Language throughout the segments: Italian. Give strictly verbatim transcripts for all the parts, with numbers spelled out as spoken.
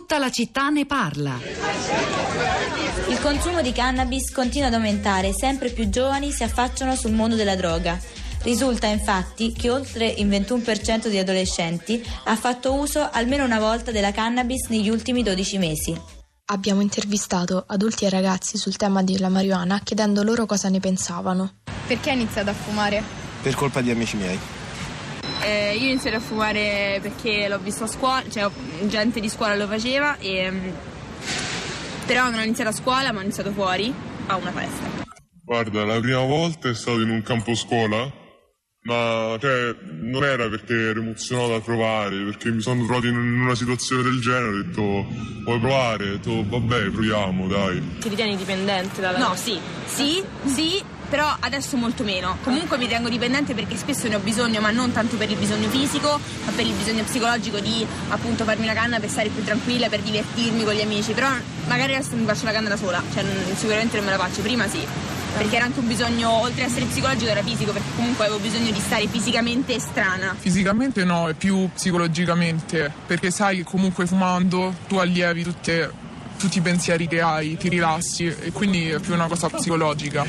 Tutta la città ne parla. Il consumo di cannabis continua ad aumentare, sempre più giovani si affacciano sul mondo della droga. Risulta infatti che oltre il ventuno per cento degli adolescenti ha fatto uso almeno una volta della cannabis negli ultimi dodici mesi. Abbiamo intervistato adulti e ragazzi sul tema della marijuana chiedendo loro cosa ne pensavano. Perché hai iniziato a fumare? Per colpa di amici miei. Eh, io ho iniziato a fumare perché l'ho visto a scuola, cioè gente di scuola lo faceva, e, però non ho iniziato a scuola ma ho iniziato fuori a una festa. Guarda, la prima volta è stato in un campo scuola, ma cioè, non era perché ero emozionato da provare, perché mi sono trovato in una situazione del genere, ho detto vuoi provare? Ho detto vabbè, proviamo, dai. Ti ritieni dipendente dalla... No, sì, sì, sì, però adesso molto meno. Comunque mi ritengo dipendente perché spesso ne ho bisogno, ma non tanto per il bisogno fisico, ma per il bisogno psicologico di appunto farmi una canna per stare più tranquilla, per divertirmi con gli amici. Però magari adesso mi faccio la canna da sola, cioè sicuramente non me la faccio, prima sì. Perché era anche un bisogno, oltre ad essere psicologico, era fisico, perché comunque avevo bisogno di stare fisicamente strana. Fisicamente no, è più psicologicamente, perché sai che comunque fumando tu allievi tutte, tutti i pensieri che hai, ti rilassi, e quindi è più una cosa psicologica.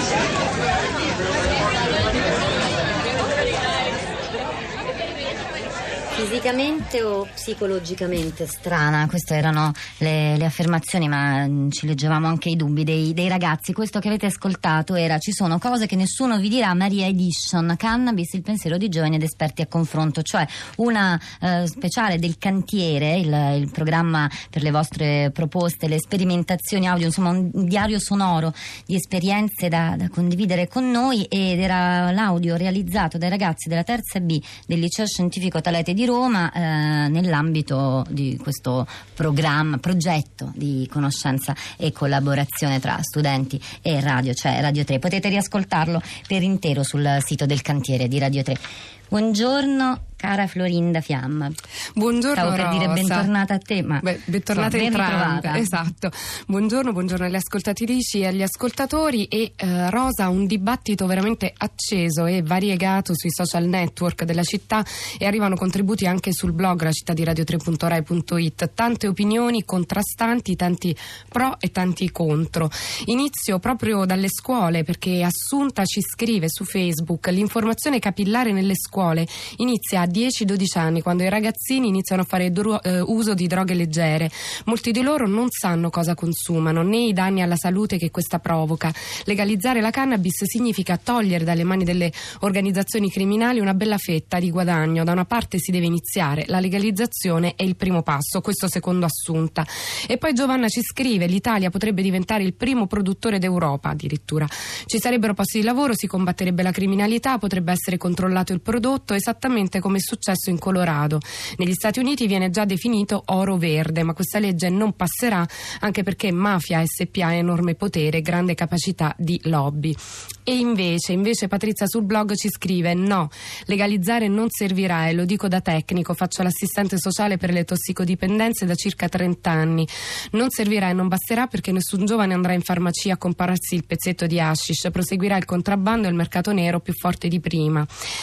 Fisicamente o psicologicamente strana? Queste erano le, le affermazioni, ma ci leggevamo anche i dubbi dei, dei ragazzi. Questo che avete ascoltato era "Ci sono cose che nessuno vi dirà", Maria Edition, Cannabis, il pensiero di giovani ed esperti a confronto, cioè una eh, speciale del Cantiere, il, il programma per le vostre proposte, le sperimentazioni audio, insomma un diario sonoro di esperienze da, da condividere con noi, ed era l'audio realizzato dai ragazzi della terza B del Liceo Scientifico Talete di Roma eh, nell'ambito di questo programma, progetto di conoscenza e collaborazione tra studenti e radio, cioè Radio tre. Potete riascoltarlo per intero sul sito del Cantiere di Radio tre. Buongiorno cara Florinda Fiamma. Buongiorno Stavo per Rosa. dire bentornata a te, ma Beh, bentornata so, ben entrambe. ritrovata. Esatto. Buongiorno, buongiorno alle ascoltatrici e agli ascoltatori. E eh, Rosa, un dibattito veramente acceso e variegato sui social network della città, e arrivano contributi anche sul blog la città di radio tre punto rai punto it. Tante opinioni contrastanti, tanti pro e tanti contro. Inizio proprio dalle scuole, perché Assunta ci scrive su Facebook: l'informazione capillare nelle scuole inizia a dieci dodici anni, quando i ragazzini iniziano a fare duro, eh, uso di droghe leggere. Molti di loro non sanno cosa consumano, né i danni alla salute che questa provoca. Legalizzare la cannabis significa togliere dalle mani delle organizzazioni criminali una bella fetta di guadagno. Da una parte si deve iniziare, la legalizzazione è il primo passo, questo secondo Assunta. E poi Giovanna ci scrive: l'Italia potrebbe diventare il primo produttore d'Europa, addirittura. Ci sarebbero posti di lavoro, si combatterebbe la criminalità, potrebbe essere controllato il prodotto, esattamente come è successo in Colorado. Negli Stati Uniti viene già definito oro verde, ma questa legge non passerà, anche perché mafia S P A ha enorme potere e grande capacità di lobby. E invece, invece Patrizia sul blog ci scrive: no, legalizzare non servirà, e lo dico da tecnico, faccio l'assistente sociale per le tossicodipendenze da circa trenta anni. Non servirà e non basterà, perché nessun giovane andrà in farmacia a comprarsi il pezzetto di hashish, proseguirà il contrabbando e il mercato nero più forte di prima.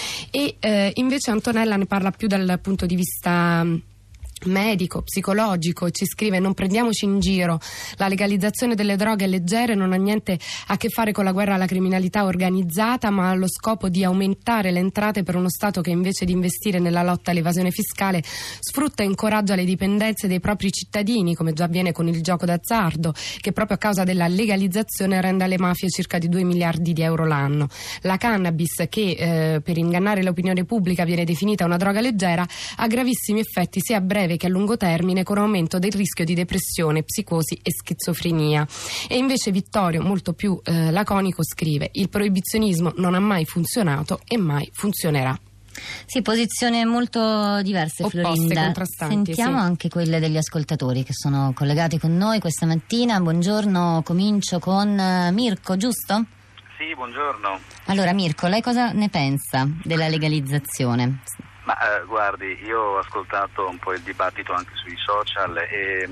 E eh, invece Antonella ne parla più dal punto di vista medico, psicologico, e ci scrive: non prendiamoci in giro, la legalizzazione delle droghe leggere non ha niente a che fare con la guerra alla criminalità organizzata, ma ha lo scopo di aumentare le entrate per uno Stato che, invece di investire nella lotta all'evasione fiscale, sfrutta e incoraggia le dipendenze dei propri cittadini, come già avviene con il gioco d'azzardo, che proprio a causa della legalizzazione rende alle mafie circa di due miliardi di euro l'anno. La cannabis, che eh, per ingannare l'opinione pubblica viene definita una droga leggera, ha gravissimi effetti sia a breve che a lungo termine, con aumento del rischio di depressione, psicosi e schizofrenia. E invece Vittorio, molto più eh, laconico, scrive: il proibizionismo non ha mai funzionato e mai funzionerà. Sì, posizioni molto diverse, opposte, Florinda. contrastanti. Sentiamo sì. anche quelle degli ascoltatori che sono collegati con noi questa mattina. Buongiorno, comincio con Mirko, giusto? Sì, buongiorno. Allora Mirko, lei cosa ne pensa della legalizzazione? Ma eh, guardi, io ho ascoltato un po' il dibattito anche sui social e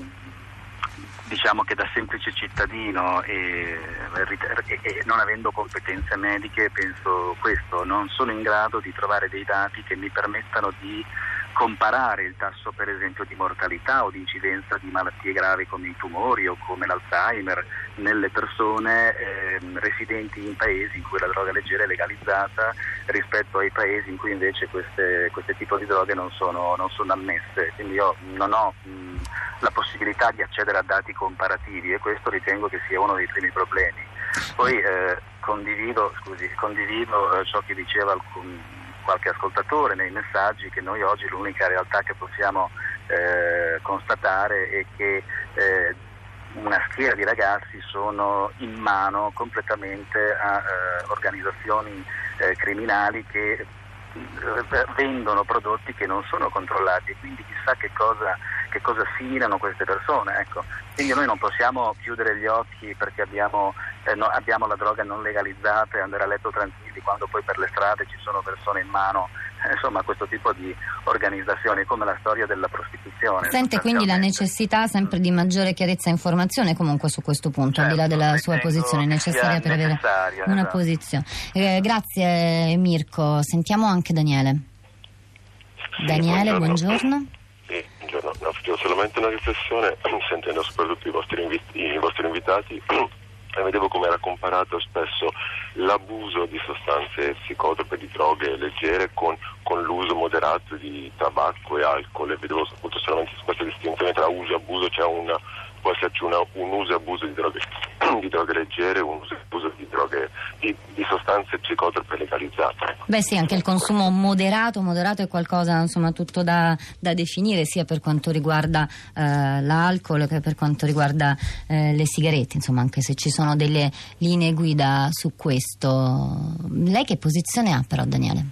diciamo che da semplice cittadino e, e, e non avendo competenze mediche penso questo: non sono in grado di trovare dei dati che mi permettano di comparare il tasso per esempio di mortalità o di incidenza di malattie gravi come i tumori o come l'Alzheimer nelle persone eh, residenti in paesi in cui la droga leggera è legalizzata rispetto ai paesi in cui invece queste, queste tipo di droghe non sono, non sono ammesse. Quindi io non ho mh, la possibilità di accedere a dati comparativi e questo ritengo che sia uno dei primi problemi. Poi eh, condivido, scusi, condivido eh, ciò che diceva alcun qualche ascoltatore nei messaggi, che noi oggi l'unica realtà che possiamo eh, constatare è che eh, una schiera di ragazzi sono in mano completamente a eh, organizzazioni eh, criminali che eh, vendono prodotti che non sono controllati e quindi chissà che cosa, che cosa filano queste persone, ecco. Quindi noi non possiamo chiudere gli occhi perché abbiamo, eh, no, abbiamo la droga non legalizzata e andare a letto tranquilli quando poi per le strade ci sono persone in mano, eh, insomma questo tipo di organizzazioni, come la storia della prostituzione. Sente quindi la necessità sempre di maggiore chiarezza e informazione comunque su questo punto, certo, al di là della sua posizione necessaria per avere una esatto. posizione. Eh, grazie Mirko, sentiamo anche Daniele. Sì, Daniele, buongiorno. buongiorno. Sì, buongiorno. No, facevo solamente una riflessione, sentendo soprattutto i vostri, invit- i vostri invitati, e vedevo come era comparato spesso l'abuso di sostanze psicotrope, di droghe leggere, con, con l'uso moderato di tabacco e alcol, e vedevo appunto solamente questa distinzione tra uso e abuso, c'è una, può esserci una, un uso e abuso di droghe, di droghe leggere, un uso e abuso di droghe di, di sostanze psicotrope legalizzate. Beh sì, anche il consumo moderato, moderato è qualcosa insomma tutto da, da definire, sia per quanto riguarda eh, l'alcol che per quanto riguarda eh, le sigarette, insomma, anche se ci sono delle linee guida su questo. Lei che posizione ha però, Daniele?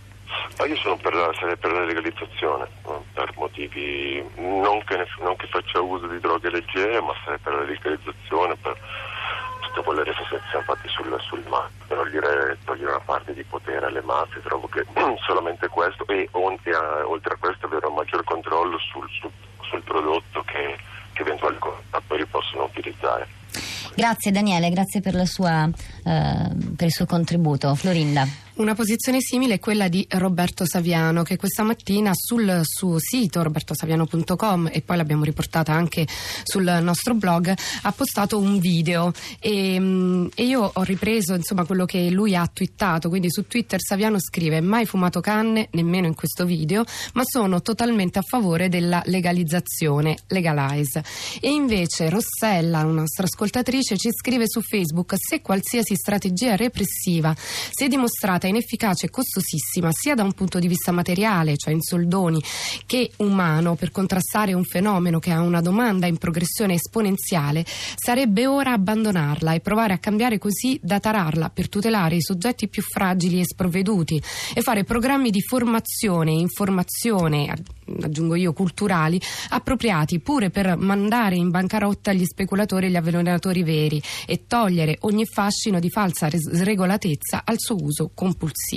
Ah, io sono per la, sarei per la legalizzazione, per motivi non che, ne, non che faccia uso di droghe leggere, ma sarei per la legalizzazione, per tutte quelle riflessioni che siamo fatti sul, sul mafia, per togliere, togliere una parte di potere alle mafie. Trovo che solamente questo, e, e a, oltre a questo avere un maggior controllo sul, sul, sul prodotto che, che eventuali consumatori possono utilizzare. Grazie Daniele, grazie per la sua eh, per il suo contributo. Florinda. Una posizione simile è quella di Roberto Saviano, che questa mattina sul suo sito roberto saviano punto com, e poi l'abbiamo riportata anche sul nostro blog, ha postato un video e, e io ho ripreso insomma quello che lui ha twittato. Quindi su Twitter Saviano scrive: mai fumato canne, nemmeno in questo video, ma sono totalmente a favore della legalizzazione, legalize. E invece Rossella, una nostra ascoltatrice, ci scrive su Facebook: se qualsiasi strategia repressiva si è dimostrata inefficace e costosissima sia da un punto di vista materiale, cioè in soldoni, che umano, per contrastare un fenomeno che ha una domanda in progressione esponenziale, sarebbe ora abbandonarla e provare a cambiare così da tararla per tutelare i soggetti più fragili e sprovveduti e fare programmi di formazione e informazione, aggiungo io culturali, appropriati pure per mandare in bancarotta gli speculatori e gli avvelenatori veri e togliere ogni fascino di falsa sregolatezza al suo uso compulsivo.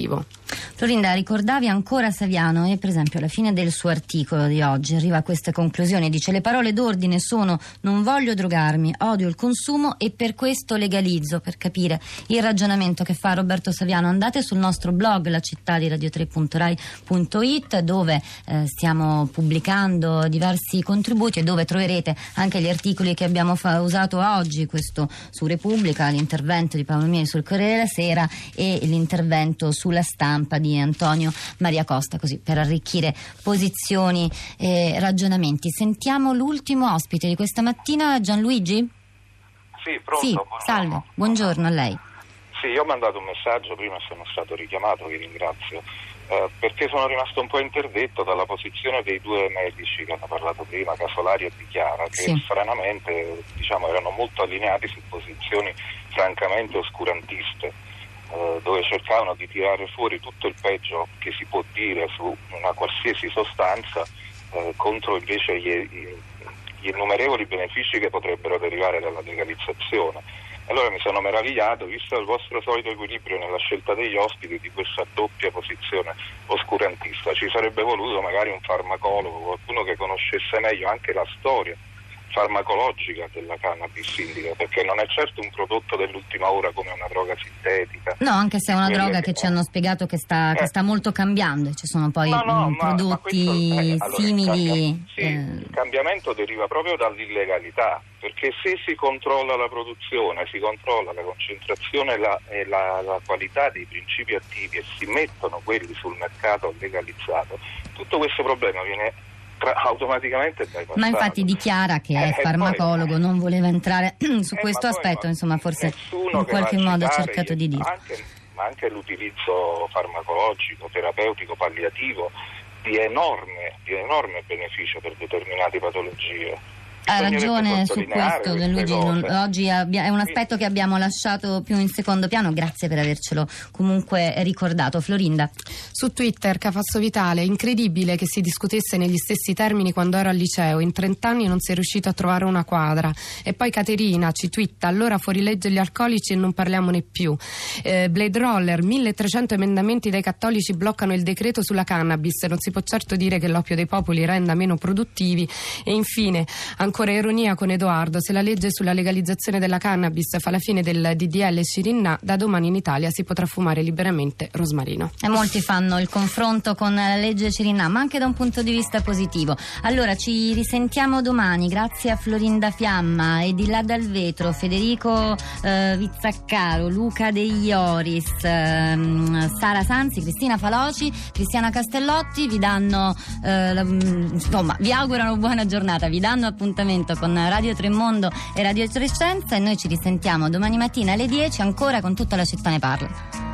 Florinda, ricordavi ancora Saviano e per esempio alla fine del suo articolo di oggi arriva a queste conclusioni, dice: le parole d'ordine sono non voglio drogarmi, odio il consumo e per questo legalizzo. Per capire il ragionamento che fa Roberto Saviano andate sul nostro blog la città di radio tre punto rai punto it, dove eh, stiamo pubblicando diversi contributi e dove troverete anche gli articoli che abbiamo fa- usato oggi, questo su Repubblica, l'intervento di Paolo Miei sul Corriere della Sera e l'intervento sulla Stampa di Antonio Maria Costa, così per arricchire posizioni e ragionamenti. Sentiamo l'ultimo ospite di questa mattina, Gianluigi? Sì, pronto? Sì, buongiorno. salve, buongiorno a lei. Sì, io ho mandato un messaggio, prima sono stato richiamato, vi ringrazio, eh, perché sono rimasto un po' interdetto dalla posizione dei due medici che hanno parlato prima, Casolari e Di Chiara, che sì. stranamente diciamo, erano molto allineati su posizioni francamente oscurantiste, dove cercavano di tirare fuori tutto il peggio che si può dire su una qualsiasi sostanza eh, contro invece gli, gli innumerevoli benefici che potrebbero derivare dalla legalizzazione. Allora mi sono meravigliato, visto il vostro solito equilibrio nella scelta degli ospiti, di questa doppia posizione oscurantista. Ci sarebbe voluto magari un farmacologo, qualcuno che conoscesse meglio anche la storia farmacologica della cannabis indica, perché non è certo un prodotto dell'ultima ora come una droga sintetica. No, anche se è una Quelle droga che che ci hanno spiegato che sta, eh. che sta molto cambiando, ci sono poi no, no, mh, ma, prodotti ma questo, eh, allora, simili. Il, cambia- sì, eh. il cambiamento deriva proprio dall'illegalità, perché se si controlla la produzione, si controlla la concentrazione e la, e la, la qualità dei principi attivi e si mettono quelli sul mercato legalizzato, tutto questo problema viene tra- automaticamente bypassato. Ma infatti dichiara che è Eh, farmacologo, poi, non voleva entrare su eh, questo ma poi, aspetto, ma insomma forse nessuno in che qualche va a modo ha citare, cercato di dire. Anche, ma anche l'utilizzo farmacologico, terapeutico, palliativo di enorme, di enorme beneficio per determinate patologie. Ha ragione su sottolineare questo, queste Luigi, non- cose. oggi abbia- è un aspetto che abbiamo lasciato più in secondo piano, grazie per avercelo comunque ricordato. Florinda. Su Twitter, Cafasso Vitale, incredibile che si discutesse negli stessi termini quando ero al liceo, in trent'anni non si è riuscito a trovare una quadra. E poi Caterina ci twitta, allora fuorilegge gli alcolici e non parliamone più. Eh, Blade Roller, milletrecento emendamenti dai cattolici bloccano il decreto sulla cannabis, non si può certo dire che l'oppio dei popoli renda meno produttivi. E infine, ancora ironia con Edoardo, se la legge sulla legalizzazione della cannabis fa la fine del D D L Cirinna, da domani in Italia si potrà fumare liberamente rosmarino. E molti fanno il confronto con la legge Cirinna, ma anche da un punto di vista positivo. Allora ci risentiamo domani, grazie a Florinda Fiamma, e di là dal vetro Federico eh, Vizzaccaro, Luca De Ioris, ehm, Sara Sanzi, Cristina Faloci, Cristiana Castellotti vi danno eh, la, insomma vi augurano buona giornata, vi danno appuntamento con Radio Tremondo e Radio Trescenza, e noi ci risentiamo domani mattina alle dieci ancora con Tutta la città ne parla.